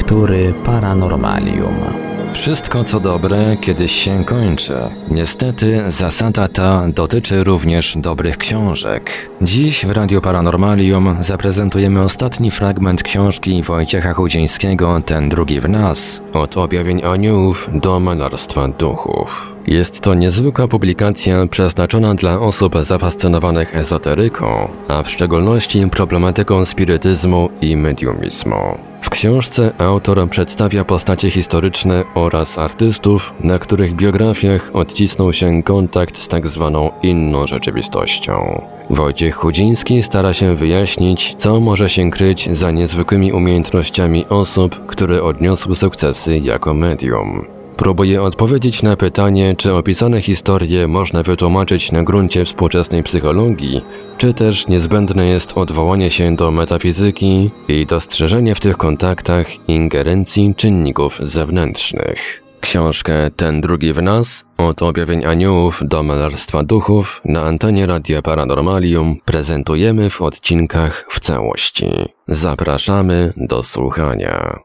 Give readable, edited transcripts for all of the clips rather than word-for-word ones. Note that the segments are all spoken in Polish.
Lektury Paranormalium. Wszystko co dobre kiedyś się kończy. Niestety zasada ta dotyczy również dobrych książek. Dziś w Radiu Paranormalium zaprezentujemy ostatni fragment książki Wojciecha Chudzińskiego Ten drugi w nas, od objawień aniołów do malarstwa duchów. Jest to niezwykła publikacja przeznaczona dla osób zafascynowanych ezoteryką, a w szczególności problematyką spirytyzmu i mediumizmu. W książce autor przedstawia postacie historyczne oraz artystów, na których biografiach odcisnął się kontakt z tak zwaną inną rzeczywistością. Wojciech Chudziński stara się wyjaśnić, co może się kryć za niezwykłymi umiejętnościami osób, które odniosły sukcesy jako medium. Próbuje odpowiedzieć na pytanie, czy opisane historie można wytłumaczyć na gruncie współczesnej psychologii, czy też niezbędne jest odwołanie się do metafizyki i dostrzeżenie w tych kontaktach ingerencji czynników zewnętrznych. Książkę Ten drugi w nas, od objawień aniołów do malarstwa duchów na antenie Radia Paranormalium prezentujemy w odcinkach w całości. Zapraszamy do słuchania.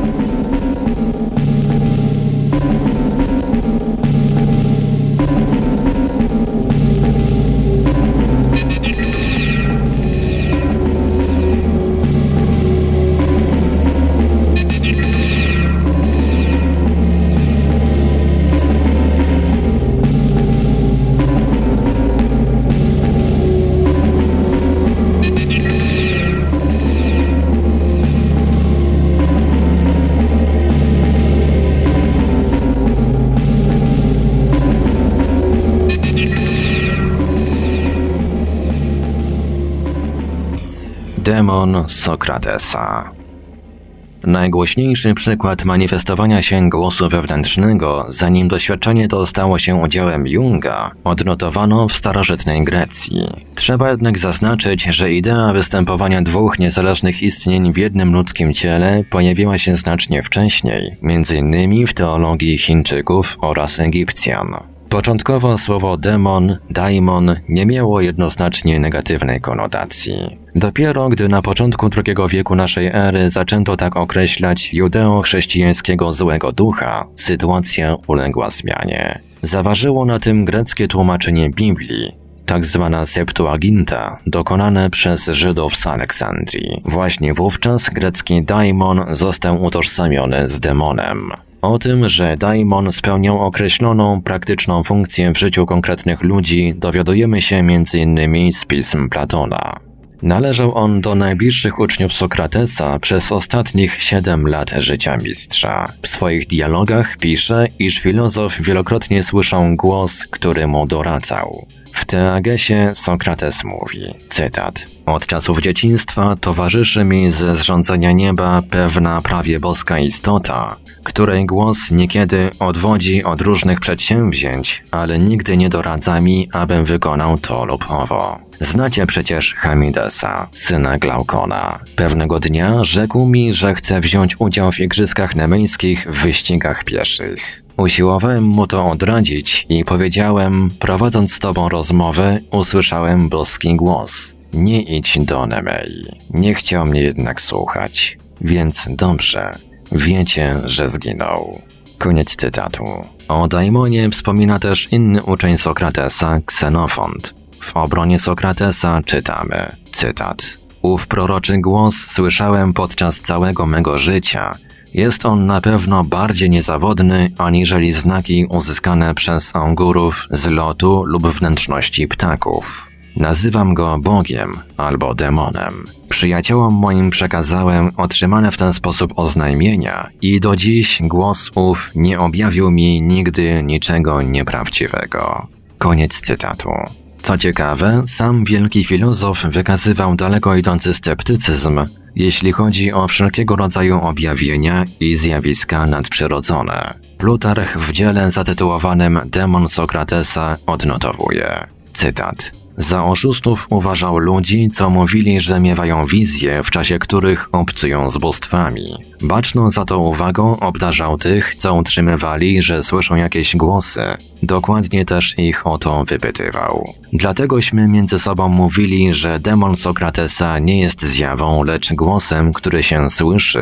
Demon Sokratesa. Najgłośniejszy przykład manifestowania się głosu wewnętrznego, zanim doświadczenie to stało się udziałem Junga, odnotowano w starożytnej Grecji. Trzeba jednak zaznaczyć, że idea występowania dwóch niezależnych istnień w jednym ludzkim ciele pojawiła się znacznie wcześniej, m.in. w teologii Chińczyków oraz Egipcjan. Początkowo słowo demon, daimon nie miało jednoznacznie negatywnej konotacji. Dopiero gdy na początku II wieku naszej ery zaczęto tak określać judeo-chrześcijańskiego złego ducha, sytuacja uległa zmianie. Zaważyło na tym greckie tłumaczenie Biblii, tak zwana Septuaginta, dokonane przez Żydów z Aleksandrii. Właśnie wówczas grecki daimon został utożsamiony z demonem. O tym, że daimon spełniał określoną, praktyczną funkcję w życiu konkretnych ludzi, dowiadujemy się m.in. z pism Platona. Należał on do najbliższych uczniów Sokratesa przez ostatnich 7 lat życia mistrza. W swoich dialogach pisze, iż filozof wielokrotnie słyszał głos, który mu doradzał. W Teagesie Sokrates mówi, cytat: od czasów dzieciństwa towarzyszy mi ze zrządzenia nieba pewna prawie boska istota, której głos niekiedy odwodzi od różnych przedsięwzięć, ale nigdy nie doradza mi, abym wykonał to lub owo. Znacie przecież Chamidesa, syna Glaukona. Pewnego dnia rzekł mi, że chce wziąć udział w igrzyskach nemejskich w wyścigach pieszych. Usiłowałem mu to odradzić i powiedziałem, prowadząc z tobą rozmowę, usłyszałem boski głos. Nie idź do Nemei. Nie chciał mnie jednak słuchać. Więc dobrze. Wiecie, że zginął. Koniec cytatu. O daimonie wspomina też inny uczeń Sokratesa, Ksenofont. W obronie Sokratesa czytamy, cytat: ów proroczy głos słyszałem podczas całego mego życia. Jest on na pewno bardziej niezawodny, aniżeli znaki uzyskane przez augurów z lotu lub wnętrzności ptaków. Nazywam go Bogiem albo demonem. Przyjaciołom moim przekazałem otrzymane w ten sposób oznajmienia i do dziś głos ów nie objawił mi nigdy niczego nieprawdziwego. Koniec cytatu. Co ciekawe, sam wielki filozof wykazywał daleko idący sceptycyzm, jeśli chodzi o wszelkiego rodzaju objawienia i zjawiska nadprzyrodzone. Plutarch w dziele zatytułowanym Demon Sokratesa odnotowuje, cytat: za oszustów uważał ludzi, co mówili, że miewają wizje, w czasie których obcują z bóstwami. Baczną za to uwagą obdarzał tych, co utrzymywali, że słyszą jakieś głosy. Dokładnie też ich o to wypytywał. Dlategośmy między sobą mówili, że demon Sokratesa nie jest zjawą, lecz głosem, który się słyszy,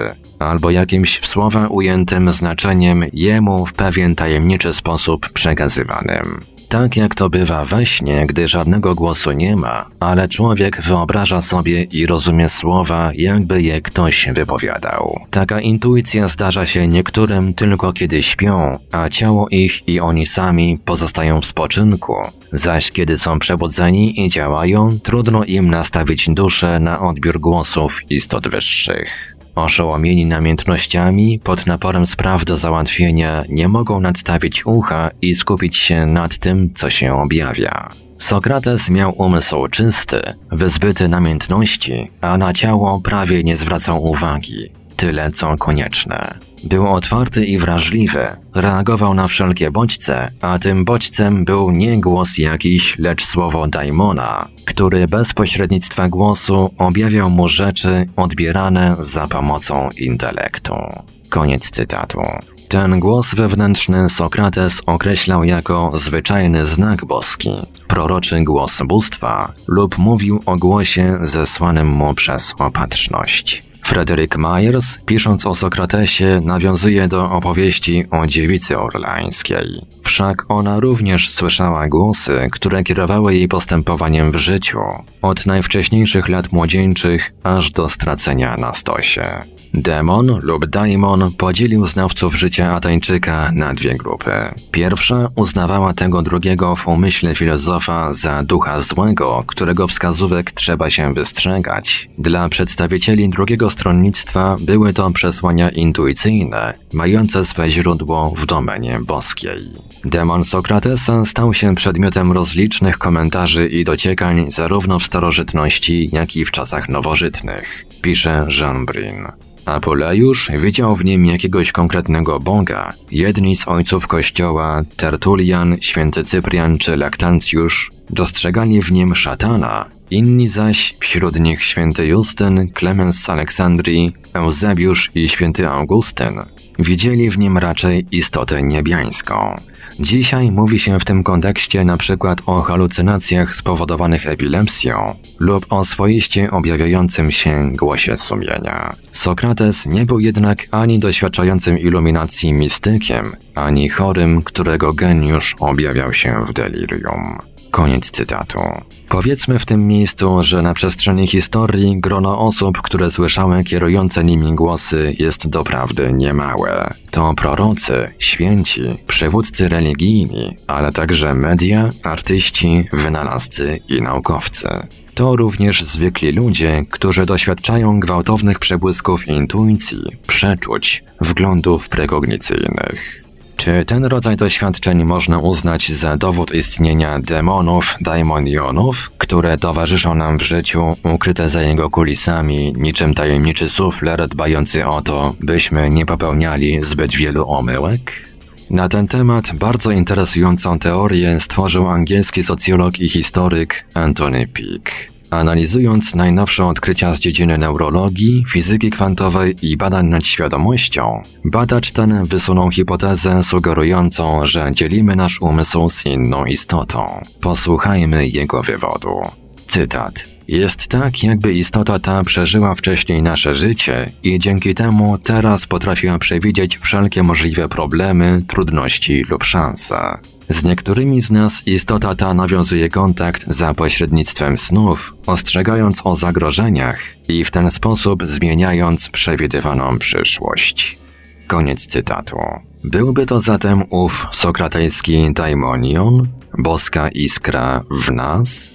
albo jakimś w słowa ujętym znaczeniem jemu w pewien tajemniczy sposób przekazywanym. Tak jak to bywa we śnie, gdy żadnego głosu nie ma, ale człowiek wyobraża sobie i rozumie słowa, jakby je ktoś wypowiadał. Taka intuicja zdarza się niektórym tylko kiedy śpią, a ciało ich i oni sami pozostają w spoczynku. Zaś kiedy są przebudzeni i działają, trudno im nastawić duszę na odbiór głosów istot wyższych. Oszołomieni namiętnościami, pod naporem spraw do załatwienia, nie mogą nadstawić ucha i skupić się nad tym, co się objawia. Sokrates miał umysł czysty, wyzbyty namiętności, a na ciało prawie nie zwracał uwagi. Tyle, co konieczne. Był otwarty i wrażliwy, reagował na wszelkie bodźce, a tym bodźcem był nie głos jakiś, lecz słowo daimona, który bez pośrednictwa głosu objawiał mu rzeczy odbierane za pomocą intelektu. Koniec cytatu. Ten głos wewnętrzny Sokrates określał jako zwyczajny znak boski, proroczy głos bóstwa lub mówił o głosie zesłanym mu przez opatrzność. Frederick Myers, pisząc o Sokratesie, nawiązuje do opowieści o dziewicy orleańskiej. Wszak ona również słyszała głosy, które kierowały jej postępowaniem w życiu, od najwcześniejszych lat młodzieńczych aż do stracenia na stosie. Demon lub daimon podzielił znawców życia Ateńczyka na dwie grupy. Pierwsza uznawała tego drugiego w umyśle filozofa za ducha złego, którego wskazówek trzeba się wystrzegać. Dla przedstawicieli drugiego stronnictwa były to przesłania intuicyjne, mające swe źródło w domenie boskiej. Demon Sokratesa stał się przedmiotem rozlicznych komentarzy i dociekań zarówno w starożytności, jak i w czasach nowożytnych, pisze Jean Brin. Apuleiusz widział w nim jakiegoś konkretnego boga. Jedni z ojców kościoła, Tertulian, święty Cyprian czy Laktancjusz, dostrzegali w nim szatana, inni zaś, wśród nich święty Justyn, Klemens z Aleksandrii, Eusebiusz i święty Augustyn, widzieli w nim raczej istotę niebiańską. Dzisiaj mówi się w tym kontekście na przykład o halucynacjach spowodowanych epilepsją lub o swoiście objawiającym się głosie sumienia. Sokrates nie był jednak ani doświadczającym iluminacji mistykiem, ani chorym, którego geniusz objawiał się w delirium. Koniec cytatu. Powiedzmy w tym miejscu, że na przestrzeni historii grono osób, które słyszały kierujące nimi głosy, jest doprawdy niemałe. To prorocy, święci, przywódcy religijni, ale także media, artyści, wynalazcy i naukowcy. To również zwykli ludzie, którzy doświadczają gwałtownych przebłysków intuicji, przeczuć, wglądów prekognicyjnych. Czy ten rodzaj doświadczeń można uznać za dowód istnienia demonów, daimonionów, które towarzyszą nam w życiu, ukryte za jego kulisami, niczym tajemniczy sufler dbający o to, byśmy nie popełniali zbyt wielu omyłek? Na ten temat bardzo interesującą teorię stworzył angielski socjolog i historyk Anthony Peake. Analizując najnowsze odkrycia z dziedziny neurologii, fizyki kwantowej i badań nad świadomością, badacz ten wysunął hipotezę sugerującą, że dzielimy nasz umysł z inną istotą. Posłuchajmy jego wywodu. Cytat. Jest tak, jakby istota ta przeżyła wcześniej nasze życie i dzięki temu teraz potrafiła przewidzieć wszelkie możliwe problemy, trudności lub szanse. Z niektórymi z nas istota ta nawiązuje kontakt za pośrednictwem snów, ostrzegając o zagrożeniach i w ten sposób zmieniając przewidywaną przyszłość. Koniec cytatu. Byłby to zatem ów sokratejski daimonion, boska iskra w nas?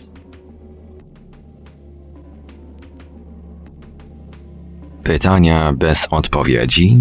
Pytania bez odpowiedzi?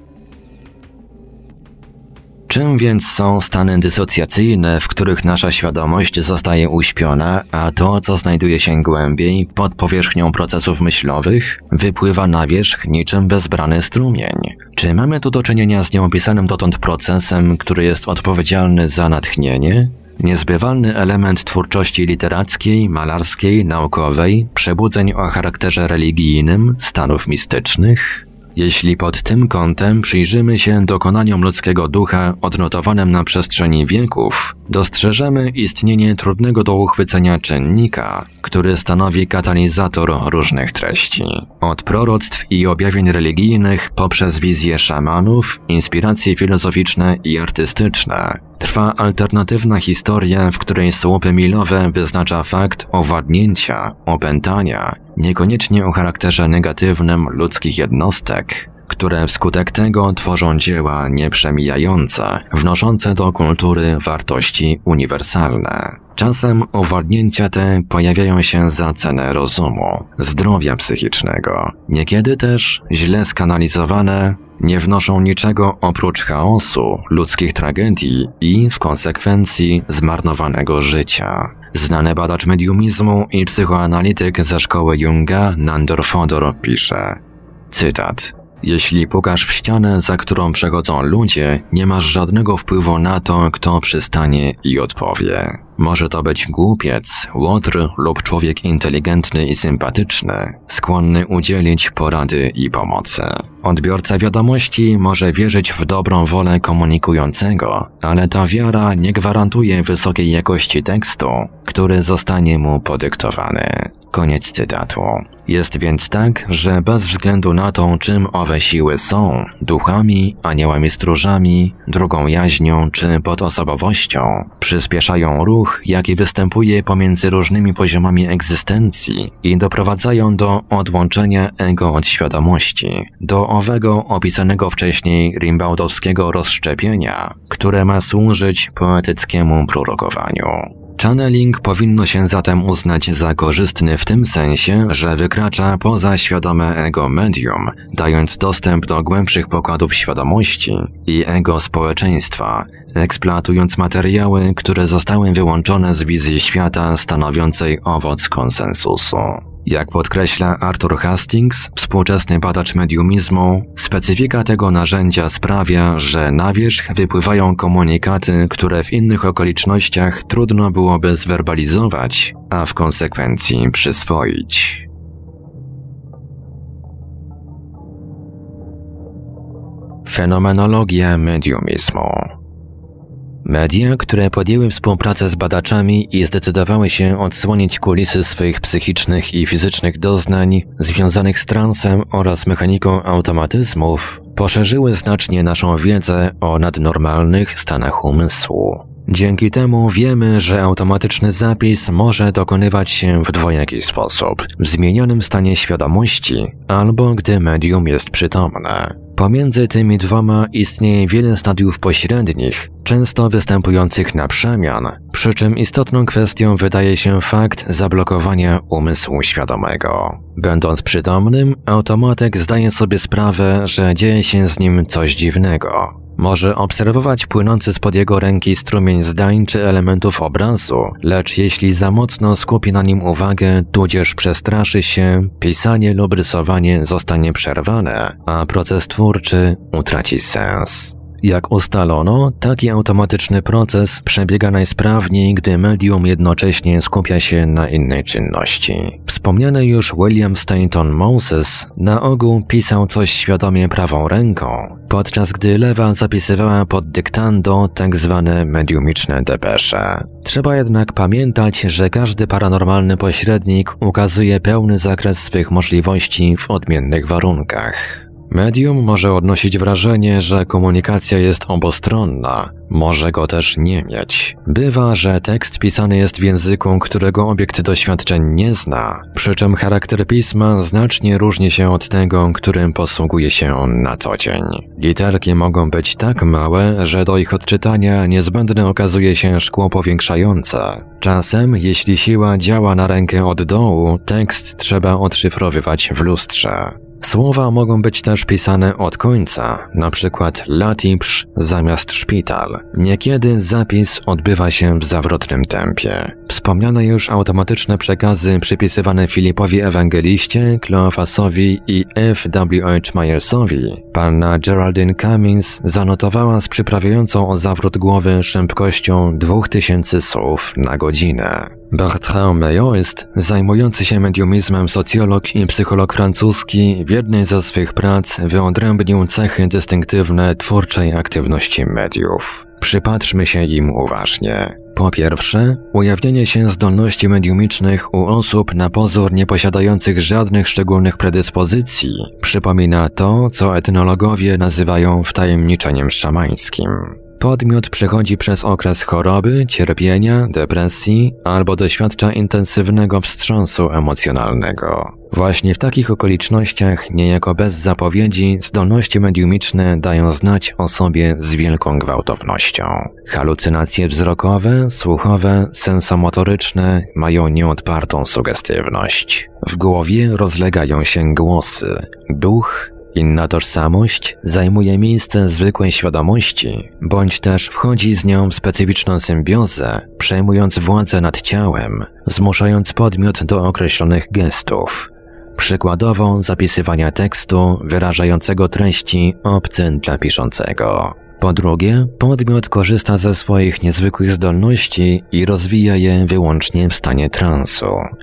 Czym więc są stany dysocjacyjne, w których nasza świadomość zostaje uśpiona, a to, co znajduje się głębiej, pod powierzchnią procesów myślowych, wypływa na wierzch niczym bezbrany strumień? Czy mamy tu do czynienia z nieopisanym dotąd procesem, który jest odpowiedzialny za natchnienie? Niezbywalny element twórczości literackiej, malarskiej, naukowej, przebudzeń o charakterze religijnym, stanów mistycznych? Jeśli pod tym kątem przyjrzymy się dokonaniom ludzkiego ducha odnotowanym na przestrzeni wieków, dostrzeżemy istnienie trudnego do uchwycenia czynnika, który stanowi katalizator różnych treści. Od proroctw i objawień religijnych poprzez wizje szamanów, inspiracje filozoficzne i artystyczne, trwa alternatywna historia, w której słupy milowe wyznacza fakt owładnięcia, opętania, niekoniecznie o charakterze negatywnym ludzkich jednostek, które wskutek tego tworzą dzieła nieprzemijające, wnoszące do kultury wartości uniwersalne. Czasem owładnięcia te pojawiają się za cenę rozumu, zdrowia psychicznego. Niekiedy też, źle skanalizowane, nie wnoszą niczego oprócz chaosu, ludzkich tragedii i, w konsekwencji, zmarnowanego życia. Znany badacz mediumizmu i psychoanalityk ze szkoły Junga, Nandor Fodor pisze, cytat: jeśli pukasz w ścianę, za którą przechodzą ludzie, nie masz żadnego wpływu na to, kto przystanie i odpowie. Może to być głupiec, łotr lub człowiek inteligentny i sympatyczny, skłonny udzielić porady i pomocy. Odbiorca wiadomości może wierzyć w dobrą wolę komunikującego, ale ta wiara nie gwarantuje wysokiej jakości tekstu, który zostanie mu podyktowany. Koniec cytatu. Jest więc tak, że bez względu na to, czym owe siły są, duchami, aniołami stróżami, drugą jaźnią czy podosobowością, przyspieszają ruch, jaki występuje pomiędzy różnymi poziomami egzystencji i doprowadzają do odłączenia ego od świadomości, do owego opisanego wcześniej Rimbaudowskiego rozszczepienia, które ma służyć poetyckiemu prorokowaniu. Channeling powinno się zatem uznać za korzystny w tym sensie, że wykracza poza świadome ego medium, dając dostęp do głębszych pokładów świadomości i ego społeczeństwa, eksploatując materiały, które zostały wyłączone z wizji świata stanowiącej owoc konsensusu. Jak podkreśla Arthur Hastings, współczesny badacz mediumizmu, specyfika tego narzędzia sprawia, że na wierzch wypływają komunikaty, które w innych okolicznościach trudno byłoby zwerbalizować, a w konsekwencji przyswoić. Fenomenologia mediumizmu. Media, które podjęły współpracę z badaczami i zdecydowały się odsłonić kulisy swych psychicznych i fizycznych doznań związanych z transem oraz mechaniką automatyzmów, poszerzyły znacznie naszą wiedzę o nadnormalnych stanach umysłu. Dzięki temu wiemy, że automatyczny zapis może dokonywać się w dwojaki sposób: w zmienionym stanie świadomości albo gdy medium jest przytomne. Pomiędzy tymi dwoma istnieje wiele stadiów pośrednich, często występujących na przemian, przy czym istotną kwestią wydaje się fakt zablokowania umysłu świadomego. Będąc przytomnym, automatyk zdaje sobie sprawę, że dzieje się z nim coś dziwnego. Może obserwować płynący spod jego ręki strumień zdań czy elementów obrazu, lecz jeśli za mocno skupi na nim uwagę, tudzież przestraszy się, pisanie lub rysowanie zostanie przerwane, a proces twórczy utraci sens. Jak ustalono, taki automatyczny proces przebiega najsprawniej, gdy medium jednocześnie skupia się na innej czynności. Wspomniany już William Stanton Moses na ogół pisał coś świadomie prawą ręką, podczas gdy lewa zapisywała pod dyktando tak zwane mediumiczne depesze. Trzeba jednak pamiętać, że każdy paranormalny pośrednik ukazuje pełny zakres swych możliwości w odmiennych warunkach. Medium może odnosić wrażenie, że komunikacja jest obostronna, może go też nie mieć. Bywa, że tekst pisany jest w języku, którego obiekt doświadczeń nie zna, przy czym charakter pisma znacznie różni się od tego, którym posługuje się on na co dzień. Literki mogą być tak małe, że do ich odczytania niezbędne okazuje się szkło powiększające. Czasem, jeśli siła działa na rękę od dołu, tekst trzeba odszyfrowywać w lustrze. Słowa mogą być też pisane od końca, na przykład latipsz zamiast szpital. Niekiedy zapis odbywa się w zawrotnym tempie. Wspomniane już automatyczne przekazy przypisywane Filipowi Ewangeliście, Kleofasowi i F.W.H. Myersowi panna Geraldine Cummins zanotowała z przyprawiającą o zawrót głowy szybkością 2000 słów na godzinę. Bertrand Meillot, zajmujący się mediumizmem socjolog i psycholog francuski, w jednej ze swych prac wyodrębnił cechy dystynktywne twórczej aktywności mediów. Przypatrzmy się im uważnie. Po pierwsze, ujawnienie się zdolności mediumicznych u osób na pozór nieposiadających żadnych szczególnych predyspozycji przypomina to, co etnologowie nazywają wtajemniczeniem szamańskim. Podmiot przechodzi przez okres choroby, cierpienia, depresji albo doświadcza intensywnego wstrząsu emocjonalnego. Właśnie w takich okolicznościach, niejako bez zapowiedzi, zdolności mediumiczne dają znać o sobie z wielką gwałtownością. Halucynacje wzrokowe, słuchowe, sensomotoryczne mają nieodpartą sugestywność. W głowie rozlegają się głosy. Duch, inna tożsamość, zajmuje miejsce zwykłej świadomości, bądź też wchodzi z nią w specyficzną symbiozę, przejmując władzę nad ciałem, zmuszając podmiot do określonych gestów. Przykładowo zapisywania tekstu wyrażającego treści obce dla piszącego. Po drugie, podmiot korzysta ze swoich niezwykłych zdolności i rozwija je wyłącznie w stanie transu.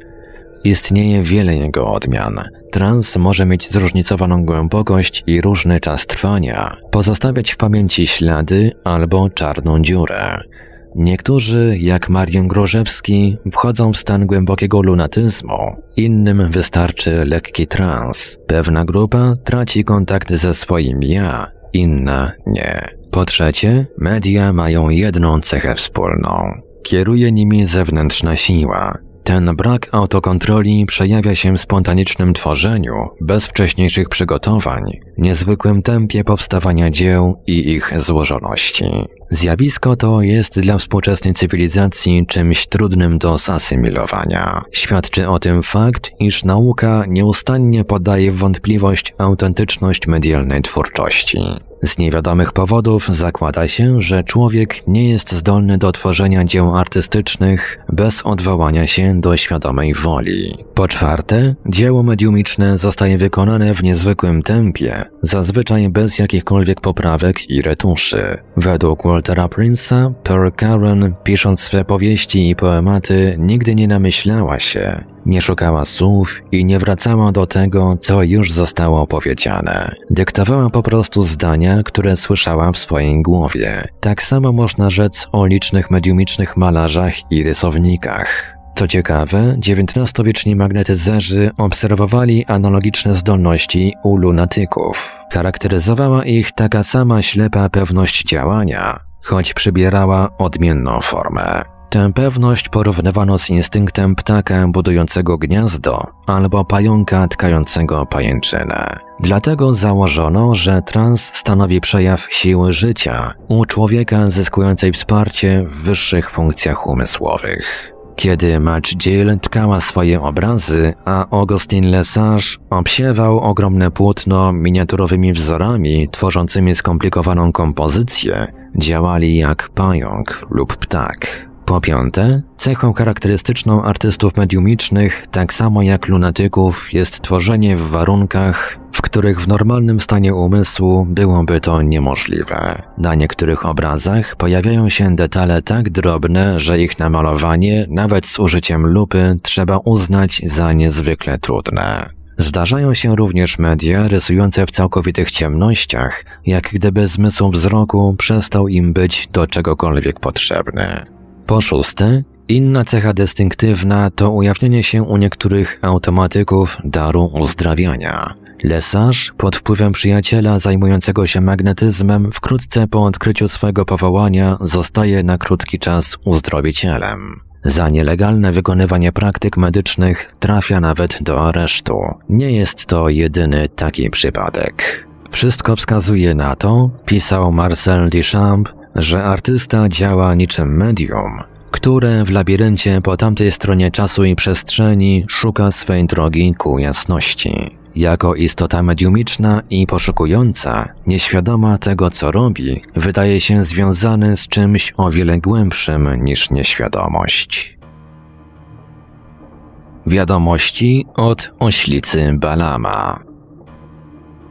Istnieje wiele jego odmian. Trans może mieć zróżnicowaną głębokość i różny czas trwania, pozostawiać w pamięci ślady albo czarną dziurę. Niektórzy, jak Marian Grożewski, wchodzą w stan głębokiego lunatyzmu, innym wystarczy lekki trans. Pewna grupa traci kontakt ze swoim ja, inna nie. Po trzecie, media mają jedną cechę wspólną. Kieruje nimi zewnętrzna siła. Ten brak autokontroli przejawia się w spontanicznym tworzeniu, bez wcześniejszych przygotowań, niezwykłym tempie powstawania dzieł i ich złożoności. Zjawisko to jest dla współczesnej cywilizacji czymś trudnym do zasymilowania. Świadczy o tym fakt, iż nauka nieustannie podaje w wątpliwość autentyczność medialnej twórczości. Z niewiadomych powodów zakłada się, że człowiek nie jest zdolny do tworzenia dzieł artystycznych bez odwołania się do świadomej woli. Po czwarte, dzieło mediumiczne zostaje wykonane w niezwykłym tempie, zazwyczaj bez jakichkolwiek poprawek i retuszy. Według Waltera Prince'a, Pearl Karen, pisząc swe powieści i poematy, nigdy nie namyślała się, nie szukała słów i nie wracała do tego, co już zostało powiedziane. Dyktowała po prostu zdania, które słyszała w swojej głowie. Tak samo można rzec o licznych mediumicznych malarzach i rysownikach. Co ciekawe, XIX-wieczni magnetyzerzy obserwowali analogiczne zdolności u lunatyków. Charakteryzowała ich taka sama ślepa pewność działania, choć przybierała odmienną formę. Tę pewność porównywano z instynktem ptaka budującego gniazdo albo pająka tkającego pajęczynę. Dlatego założono, że trans stanowi przejaw siły życia u człowieka zyskującej wsparcie w wyższych funkcjach umysłowych. Kiedy Madge Gill tkała swoje obrazy, a Augustin Lesage obsiewał ogromne płótno miniaturowymi wzorami tworzącymi skomplikowaną kompozycję, działali jak pająk lub ptak. Po piąte, cechą charakterystyczną artystów mediumicznych, tak samo jak lunatyków, jest tworzenie w warunkach, w których w normalnym stanie umysłu byłoby to niemożliwe. Na niektórych obrazach pojawiają się detale tak drobne, że ich namalowanie, nawet z użyciem lupy, trzeba uznać za niezwykle trudne. Zdarzają się również media rysujące w całkowitych ciemnościach, jak gdyby zmysł wzroku przestał im być do czegokolwiek potrzebny. Po szóste, inna cecha dystynktywna to ujawnienie się u niektórych automatyków daru uzdrawiania. Lesage, pod wpływem przyjaciela zajmującego się magnetyzmem, wkrótce po odkryciu swego powołania zostaje na krótki czas uzdrowicielem. Za nielegalne wykonywanie praktyk medycznych trafia nawet do aresztu. Nie jest to jedyny taki przypadek. Wszystko wskazuje na to, pisał Marcel Duchamp, że artysta działa niczym medium, które w labiryncie po tamtej stronie czasu i przestrzeni szuka swej drogi ku jasności. Jako istota mediumiczna i poszukująca, nieświadoma tego, co robi, wydaje się związany z czymś o wiele głębszym niż nieświadomość. Wiadomości od oślicy Balama.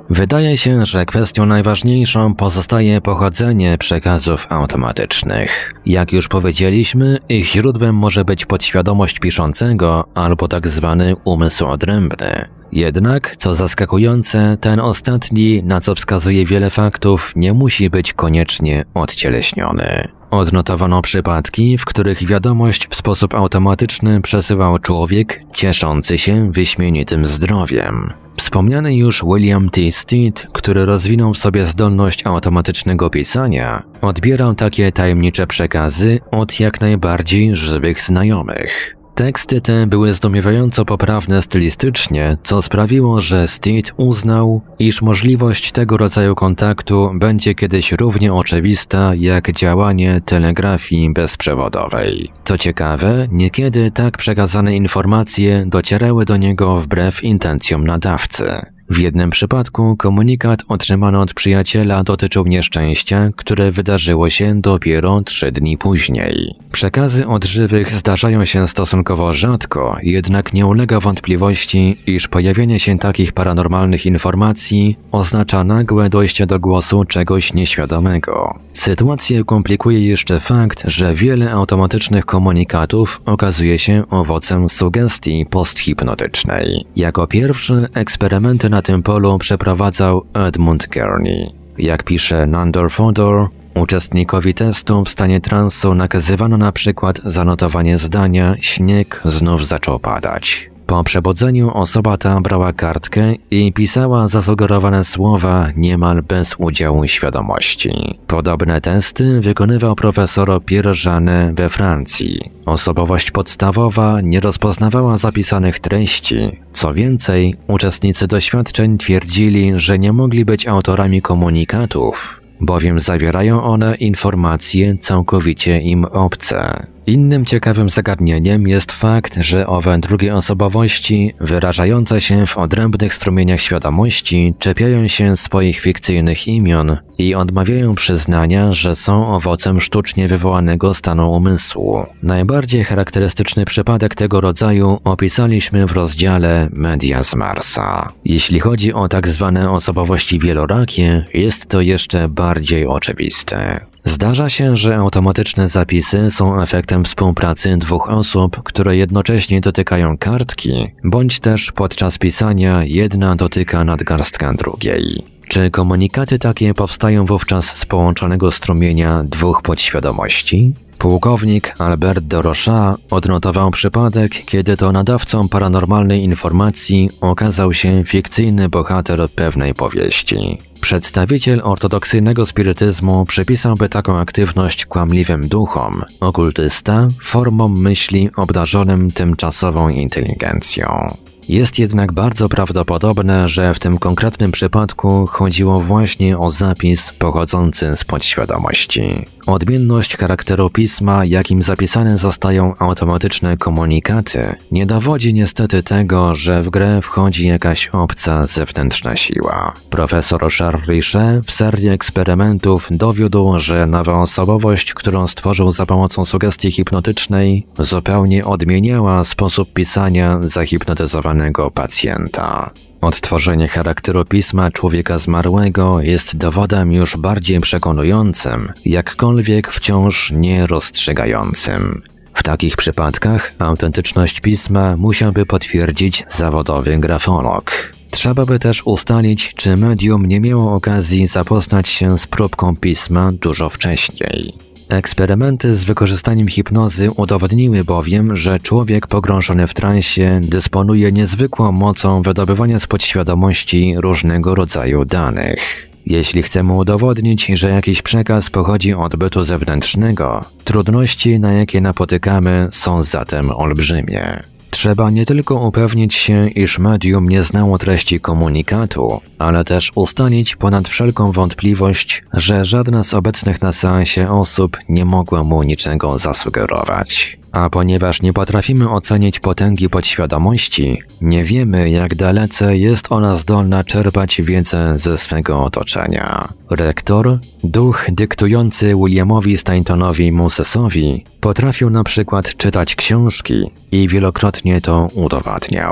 Wydaje się, że kwestią najważniejszą pozostaje pochodzenie przekazów automatycznych. Jak już powiedzieliśmy, ich źródłem może być podświadomość piszącego albo tak zwany umysł odrębny. Jednak, co zaskakujące, ten ostatni, na co wskazuje wiele faktów, nie musi być koniecznie odcieleśniony. Odnotowano przypadki, w których wiadomość w sposób automatyczny przesyłał człowiek cieszący się wyśmienitym zdrowiem. Wspomniany już William T. Stead, który rozwinął w sobie zdolność automatycznego pisania, odbierał takie tajemnicze przekazy od jak najbardziej żywych znajomych. Teksty te były zdumiewająco poprawne stylistycznie, co sprawiło, że Stead uznał, iż możliwość tego rodzaju kontaktu będzie kiedyś równie oczywista jak działanie telegrafii bezprzewodowej. Co ciekawe, niekiedy tak przekazane informacje docierały do niego wbrew intencjom nadawcy. W jednym przypadku komunikat otrzymany od przyjaciela dotyczył nieszczęścia, które wydarzyło się dopiero 3 dni później. Przekazy od żywych zdarzają się stosunkowo rzadko, jednak nie ulega wątpliwości, iż pojawienie się takich paranormalnych informacji oznacza nagłe dojście do głosu czegoś nieświadomego. Sytuację komplikuje jeszcze fakt, że wiele automatycznych komunikatów okazuje się owocem sugestii posthipnotycznej. Jako pierwszy eksperymenty na tym polu przeprowadzał Edmund Gurney. Jak pisze Nandor Fodor, uczestnikowi testu w stanie transu nakazywano na przykład zanotowanie zdania „śnieg znów zaczął padać”. Po przebudzeniu osoba ta brała kartkę i pisała zasugerowane słowa niemal bez udziału świadomości. Podobne testy wykonywał profesor Pierre Janet we Francji. Osobowość podstawowa nie rozpoznawała zapisanych treści. Co więcej, uczestnicy doświadczeń twierdzili, że nie mogli być autorami komunikatów, bowiem zawierają one informacje całkowicie im obce. Innym ciekawym zagadnieniem jest fakt, że owe drugie osobowości, wyrażające się w odrębnych strumieniach świadomości, czepiają się swoich fikcyjnych imion i odmawiają przyznania, że są owocem sztucznie wywołanego stanu umysłu. Najbardziej charakterystyczny przypadek tego rodzaju opisaliśmy w rozdziale Media z Marsa. Jeśli chodzi o tak zwane osobowości wielorakie, jest to jeszcze bardziej oczywiste. Zdarza się, że automatyczne zapisy są efektem współpracy 2 osób, które jednocześnie dotykają kartki, bądź też podczas pisania jedna dotyka nadgarstka drugiej. Czy komunikaty takie powstają wówczas z połączonego strumienia 2 podświadomości? Pułkownik Albert de Rochat odnotował przypadek, kiedy to nadawcą paranormalnej informacji okazał się fikcyjny bohater pewnej powieści. Przedstawiciel ortodoksyjnego spirytyzmu przypisałby taką aktywność kłamliwym duchom, okultysta formom myśli obdarzonym tymczasową inteligencją. Jest jednak bardzo prawdopodobne, że w tym konkretnym przypadku chodziło właśnie o zapis pochodzący z podświadomości. Odmienność charakteru pisma, jakim zapisane zostają automatyczne komunikaty, nie dowodzi niestety tego, że w grę wchodzi jakaś obca zewnętrzna siła. Profesor Charles Richet w serii eksperymentów dowiódł, że nowa osobowość, którą stworzył za pomocą sugestii hipnotycznej, zupełnie odmieniała sposób pisania zahipnotyzowanego pacjenta. Odtworzenie charakteru pisma człowieka zmarłego jest dowodem już bardziej przekonującym, jakkolwiek wciąż nie rozstrzygającym. W takich przypadkach autentyczność pisma musiałby potwierdzić zawodowy grafolog. Trzeba by też ustalić, czy medium nie miało okazji zapoznać się z próbką pisma dużo wcześniej. Eksperymenty z wykorzystaniem hipnozy udowodniły bowiem, że człowiek pogrążony w transie dysponuje niezwykłą mocą wydobywania z podświadomości różnego rodzaju danych. Jeśli chcemy udowodnić, że jakiś przekaz pochodzi od bytu zewnętrznego, trudności, na jakie napotykamy, są zatem olbrzymie. Trzeba nie tylko upewnić się, iż medium nie znało treści komunikatu, ale też ustalić ponad wszelką wątpliwość, że żadna z obecnych na seansie osób nie mogła mu niczego zasugerować. A ponieważ nie potrafimy ocenić potęgi podświadomości, nie wiemy, jak dalece jest ona zdolna czerpać wiedzę ze swego otoczenia. Rektor, duch dyktujący Williamowi Staintonowi Mosesowi, potrafił na przykład czytać książki i wielokrotnie to udowadniał.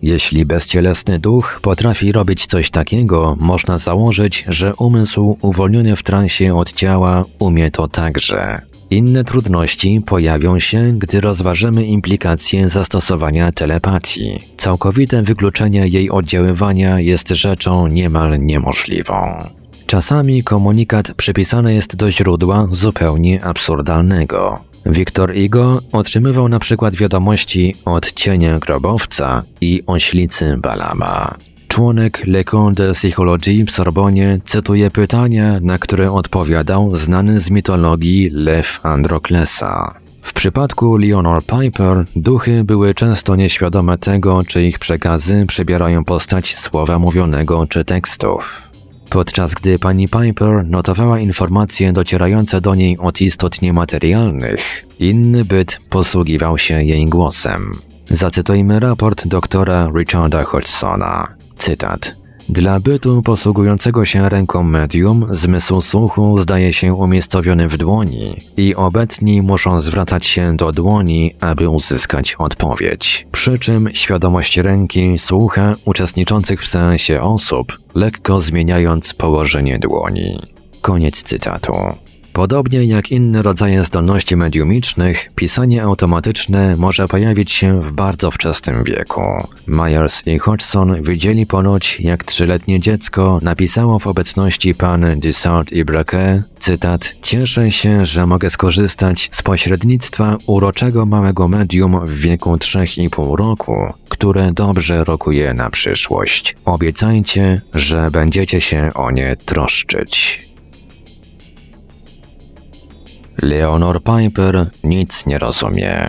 Jeśli bezcielesny duch potrafi robić coś takiego, można założyć, że umysł uwolniony w transie od ciała umie to także. Inne trudności pojawią się, gdy rozważymy implikacje zastosowania telepatii. Całkowite wykluczenie jej oddziaływania jest rzeczą niemal niemożliwą. Czasami komunikat przypisany jest do źródła zupełnie absurdalnego. Victor Hugo otrzymywał na przykład wiadomości od cienia grobowca i oślicy Balama. Członek L'École de Psychologie w Sorbonie cytuje pytania, na które odpowiadał znany z mitologii Lew Androklesa. W przypadku Leonor Piper duchy były często nieświadome tego, czy ich przekazy przybierają postać słowa mówionego czy tekstów. Podczas gdy pani Piper notowała informacje docierające do niej od istot niematerialnych, inny byt posługiwał się jej głosem. Zacytujmy raport doktora Richarda Hodgsona. Cytat. Dla bytu posługującego się ręką medium, zmysł słuchu zdaje się umiejscowiony w dłoni i obecni muszą zwracać się do dłoni, aby uzyskać odpowiedź. Przy czym świadomość ręki słucha uczestniczących w seansie osób, lekko zmieniając położenie dłoni. Koniec cytatu. Podobnie jak inne rodzaje zdolności mediumicznych, pisanie automatyczne może pojawić się w bardzo wczesnym wieku. Myers i Hodgson widzieli ponoć, jak 3-letnie dziecko napisało w obecności pan Dysart i Braque, cytat, cieszę się, że mogę skorzystać z pośrednictwa uroczego małego medium w wieku 3,5 roku, które dobrze rokuje na przyszłość. Obiecajcie, że będziecie się o nie troszczyć. Leonor Piper nic nie rozumie.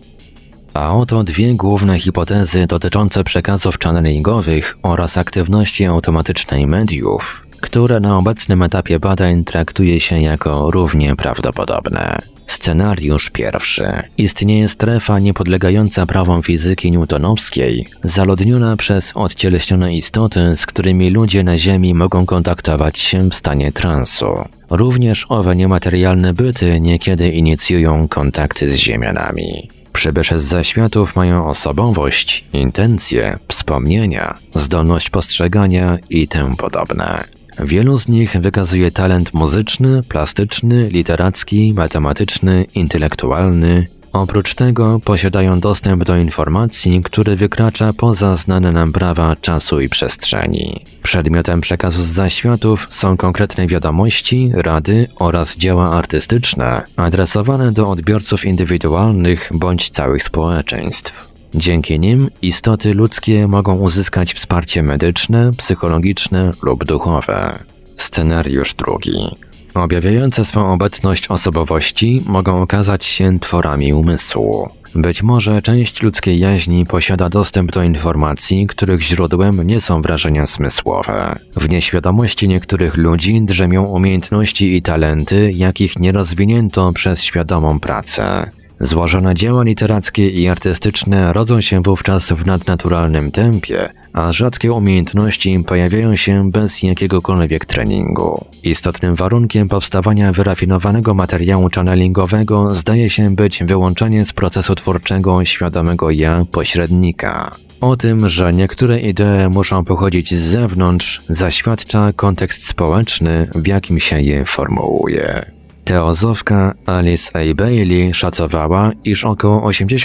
A oto dwie główne hipotezy dotyczące przekazów channelingowych oraz aktywności automatycznej mediów, które na obecnym etapie badań traktuje się jako równie prawdopodobne. Scenariusz pierwszy. Istnieje strefa niepodlegająca prawom fizyki newtonowskiej, zaludniona przez odcieleśnione istoty, z którymi ludzie na Ziemi mogą kontaktować się w stanie transu. Również owe niematerialne byty niekiedy inicjują kontakty z Ziemianami. Przybysze z zaświatów mają osobowość, intencje, wspomnienia, zdolność postrzegania i tym podobne. Wielu z nich wykazuje talent muzyczny, plastyczny, literacki, matematyczny, intelektualny. Oprócz tego posiadają dostęp do informacji, który wykracza poza znane nam prawa czasu i przestrzeni. Przedmiotem przekazu z zaświatów są konkretne wiadomości, rady oraz dzieła artystyczne adresowane do odbiorców indywidualnych bądź całych społeczeństw. Dzięki nim istoty ludzkie mogą uzyskać wsparcie medyczne, psychologiczne lub duchowe. Scenariusz drugi. Objawiające swą obecność osobowości mogą okazać się tworami umysłu. Być może część ludzkiej jaźni posiada dostęp do informacji, których źródłem nie są wrażenia zmysłowe. W nieświadomości niektórych ludzi drzemią umiejętności i talenty, jakich nie rozwinięto przez świadomą pracę. Złożone dzieła literackie i artystyczne rodzą się wówczas w nadnaturalnym tempie, a rzadkie umiejętności pojawiają się bez jakiegokolwiek treningu. Istotnym warunkiem powstawania wyrafinowanego materiału channelingowego zdaje się być wyłączenie z procesu twórczego świadomego ja pośrednika. O tym, że niektóre idee muszą pochodzić z zewnątrz, zaświadcza kontekst społeczny, w jakim się je formułuje. Teozofka Alice A. Bailey szacowała, iż około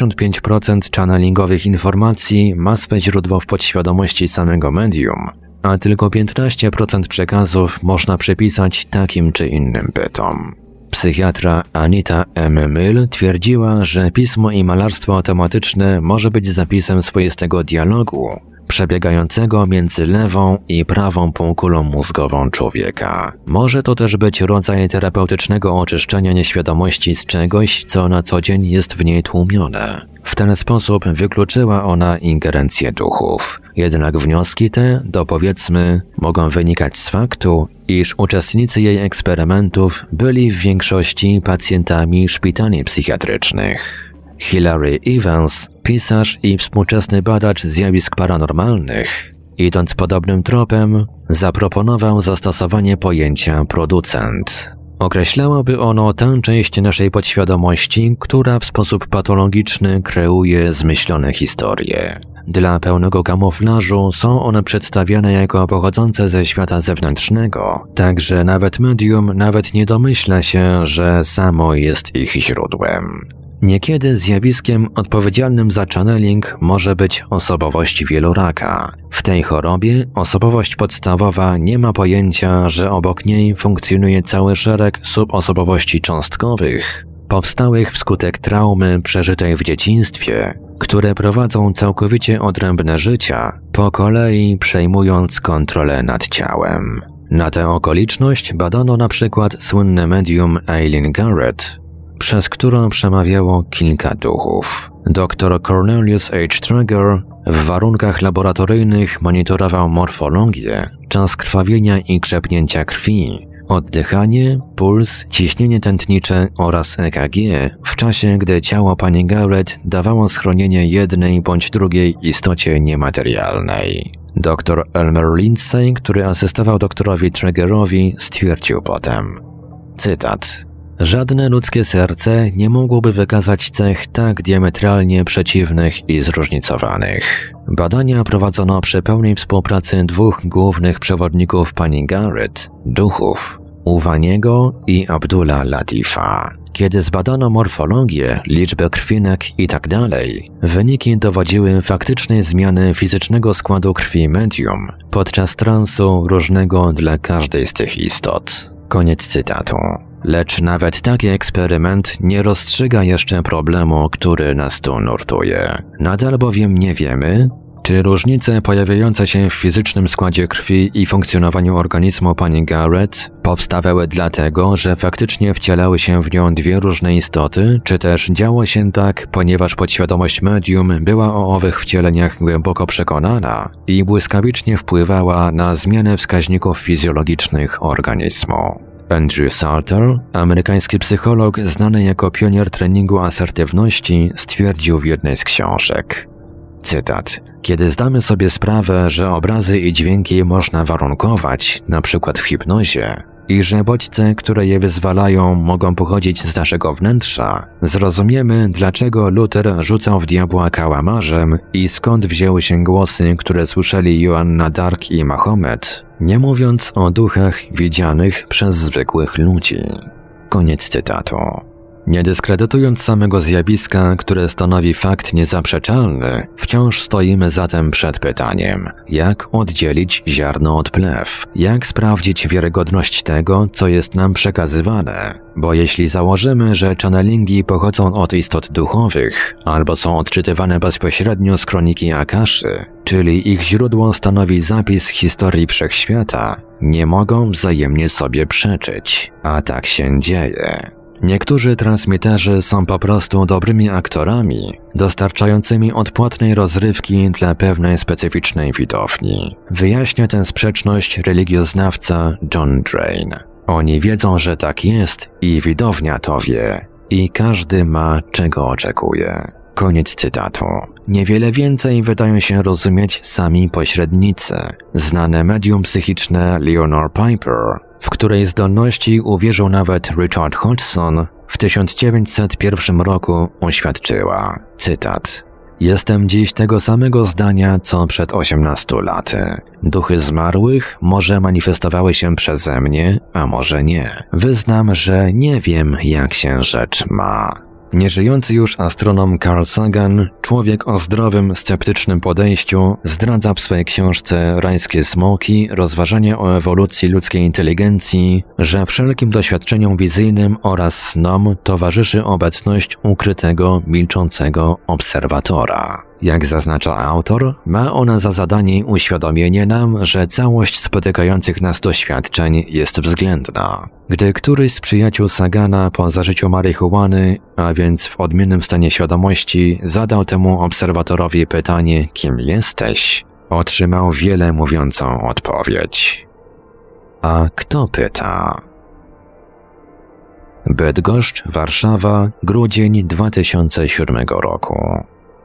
85% channelingowych informacji ma swe źródło w podświadomości samego medium, a tylko 15% przekazów można przypisać takim czy innym bytom. Psychiatra Anita M. Mill twierdziła, że pismo i malarstwo automatyczne może być zapisem swoistego dialogu, przebiegającego między lewą i prawą półkulą mózgową człowieka. Może to też być rodzaj terapeutycznego oczyszczenia nieświadomości z czegoś, co na co dzień jest w niej tłumione. W ten sposób wykluczyła ona ingerencję duchów. Jednak wnioski te, powiedzmy, mogą wynikać z faktu, iż uczestnicy jej eksperymentów byli w większości pacjentami szpitali psychiatrycznych. Hilary Evans, pisarz i współczesny badacz zjawisk paranormalnych, idąc podobnym tropem, zaproponował zastosowanie pojęcia producent. Określałoby ono tę część naszej podświadomości, która w sposób patologiczny kreuje zmyślone historie. Dla pełnego kamuflażu są one przedstawiane jako pochodzące ze świata zewnętrznego, tak że nawet medium nawet nie domyśla się, że samo jest ich źródłem. Niekiedy zjawiskiem odpowiedzialnym za channeling może być osobowość wieloraka. W tej chorobie osobowość podstawowa nie ma pojęcia, że obok niej funkcjonuje cały szereg subosobowości cząstkowych, powstałych wskutek traumy przeżytej w dzieciństwie, które prowadzą całkowicie odrębne życia, po kolei przejmując kontrolę nad ciałem. Na tę okoliczność badano na przykład słynne medium Eileen Garrett, przez którą przemawiało kilka duchów. Dr Cornelius H. Traeger w warunkach laboratoryjnych monitorował morfologię, czas krwawienia i krzepnięcia krwi, oddychanie, puls, ciśnienie tętnicze oraz EKG w czasie, gdy ciało pani Garrett dawało schronienie jednej bądź drugiej istocie niematerialnej. Dr Elmer Lindsay, który asystował doktorowi Traegerowi, stwierdził potem, cytat: żadne ludzkie serce nie mogłoby wykazać cech tak diametralnie przeciwnych i zróżnicowanych. Badania prowadzono przy pełnej współpracy dwóch głównych przewodników pani Garrett, duchów, Uwaniego i Abdullah Latifa. Kiedy zbadano morfologię, liczbę krwinek itd., wyniki dowodziły faktycznej zmiany fizycznego składu krwi medium podczas transu różnego dla każdej z tych istot. Koniec cytatu. Lecz nawet taki eksperyment nie rozstrzyga jeszcze problemu, który nas tu nurtuje. Nadal bowiem nie wiemy, czy różnice pojawiające się w fizycznym składzie krwi i funkcjonowaniu organizmu pani Garrett powstawały dlatego, że faktycznie wcielały się w nią dwie różne istoty, czy też działo się tak, ponieważ podświadomość medium była o owych wcieleniach głęboko przekonana i błyskawicznie wpływała na zmianę wskaźników fizjologicznych organizmu. Andrew Salter, amerykański psycholog znany jako pionier treningu asertywności, stwierdził w jednej z książek, cytat: kiedy zdamy sobie sprawę, że obrazy i dźwięki można warunkować, np. w hipnozie, i że bodźce, które je wyzwalają, mogą pochodzić z naszego wnętrza, zrozumiemy, dlaczego Luther rzucał w diabła kałamarzem i skąd wzięły się głosy, które słyszeli Joanna Dark i Mahomet, nie mówiąc o duchach widzianych przez zwykłych ludzi. Koniec cytatu. Nie dyskredytując samego zjawiska, które stanowi fakt niezaprzeczalny, wciąż stoimy zatem przed pytaniem, jak oddzielić ziarno od plew, jak sprawdzić wiarygodność tego, co jest nam przekazywane, bo jeśli założymy, że channelingi pochodzą od istot duchowych, albo są odczytywane bezpośrednio z kroniki Akaszy, czyli ich źródło stanowi zapis historii wszechświata, nie mogą wzajemnie sobie przeczyć, a tak się dzieje. Niektórzy transmiterzy są po prostu dobrymi aktorami, dostarczającymi odpłatnej rozrywki dla pewnej specyficznej widowni. Wyjaśnia tę sprzeczność religioznawca John Drain. Oni wiedzą, że tak jest i widownia to wie. I każdy ma, czego oczekuje. Koniec cytatu. Niewiele więcej wydają się rozumieć sami pośrednicy. Znane medium psychiczne Leonore Piper, w której zdolności uwierzył nawet Richard Hodgson, w 1901 roku oświadczyła, cytat: jestem dziś tego samego zdania, co przed 18 laty. Duchy zmarłych może manifestowały się przeze mnie, a może nie. Wyznam, że nie wiem, jak się rzecz ma. Nieżyjący już astronom Carl Sagan, człowiek o zdrowym, sceptycznym podejściu, zdradza w swojej książce Rajskie smoki, rozważania o ewolucji ludzkiej inteligencji, że wszelkim doświadczeniom wizyjnym oraz snom towarzyszy obecność ukrytego, milczącego obserwatora. Jak zaznacza autor, ma ona za zadanie uświadomienie nam, że całość spotykających nas doświadczeń jest względna. Gdy któryś z przyjaciół Sagana po zażyciu marihuany, a więc w odmiennym stanie świadomości, zadał temu obserwatorowi pytanie, kim jesteś, otrzymał wiele mówiącą odpowiedź. A kto pyta? Bydgoszcz, Warszawa, grudzień 2007 roku.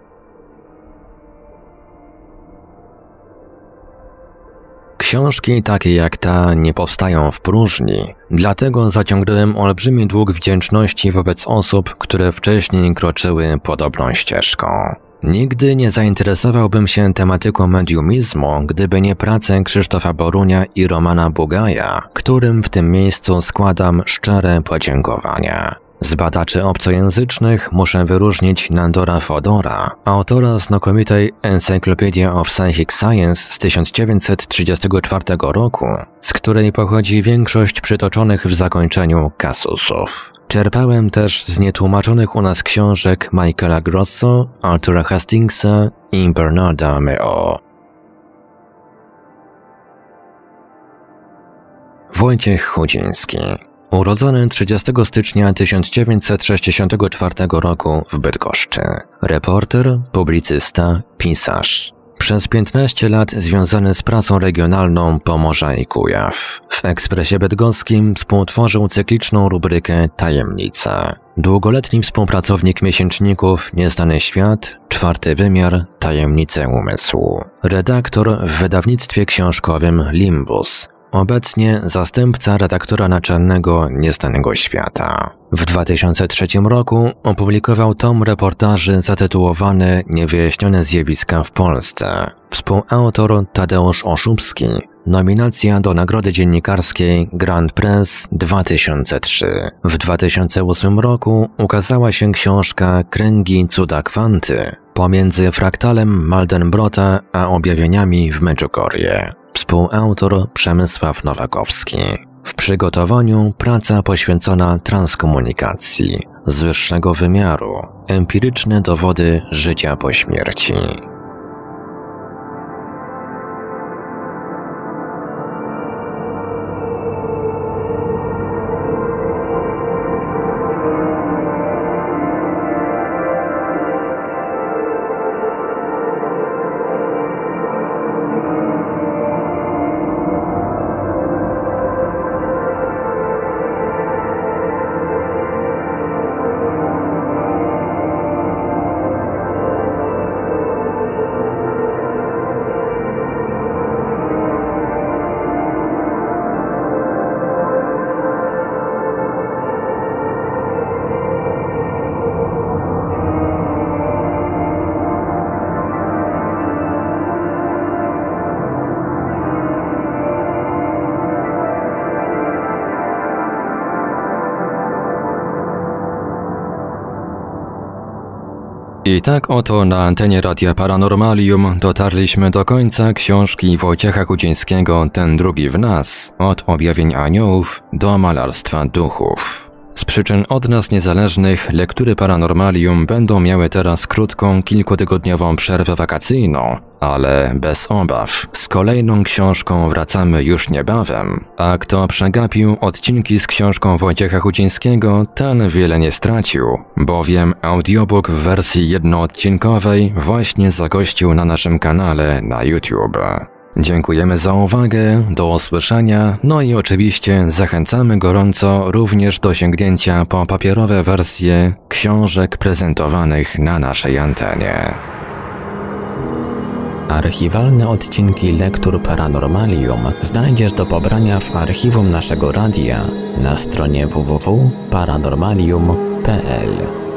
Książki takie jak ta nie powstają w próżni, dlatego zaciągnąłem olbrzymi dług wdzięczności wobec osób, które wcześniej kroczyły podobną ścieżką. Nigdy nie zainteresowałbym się tematyką mediumizmu, gdyby nie prace Krzysztofa Borunia i Romana Bugaja, którym w tym miejscu składam szczere podziękowania. Z badaczy obcojęzycznych muszę wyróżnić Nandora Fodora, autora znakomitej Encyclopedia of Psychic Science z 1934 roku, z której pochodzi większość przytoczonych w zakończeniu kasusów. Czerpałem też z nietłumaczonych u nas książek Michaela Grosso, Artura Hastingsa i Bernarda Meo. Wojciech Chudziński. Urodzony 30 stycznia 1964 roku w Bydgoszczy. Reporter, publicysta, pisarz. Przez 15 lat związany z prasą regionalną Pomorza i Kujaw. W Ekspresie Bydgoskim współtworzył cykliczną rubrykę Tajemnice. Długoletni współpracownik miesięczników Nieznany Świat, Czwarty Wymiar, Tajemnice Umysłu. Redaktor w wydawnictwie książkowym Limbus. Obecnie zastępca redaktora naczelnego Nieznanego Świata. W 2003 roku opublikował tom reportaży zatytułowany Niewyjaśnione zjawiska w Polsce. Współautor Tadeusz Oszubski. Nominacja do Nagrody Dziennikarskiej Grand Press 2003. W 2008 roku ukazała się książka Kręgi cuda kwanty pomiędzy fraktalem Maldenbrota a objawieniami w Medjugorje. Współautor Przemysław Nowakowski. W przygotowaniu praca poświęcona transkomunikacji z wyższego wymiaru. Empiryczne dowody życia po śmierci. I tak oto na antenie Radia Paranormalium dotarliśmy do końca książki Wojciecha Chudzińskiego Ten drugi w nas, od objawień aniołów do malarstwa duchów. Z przyczyn od nas niezależnych lektury Paranormalium będą miały teraz krótką, kilkutygodniową przerwę wakacyjną, ale bez obaw. Z kolejną książką wracamy już niebawem, a kto przegapił odcinki z książką Wojciecha Chudzińskiego, ten wiele nie stracił, bowiem audiobook w wersji jednoodcinkowej właśnie zagościł na naszym kanale na YouTube. Dziękujemy za uwagę, do usłyszenia, no i oczywiście zachęcamy gorąco również do sięgnięcia po papierowe wersje książek prezentowanych na naszej antenie. Archiwalne odcinki Lektur Paranormalium znajdziesz do pobrania w archiwum naszego radia na stronie www.paranormalium.pl.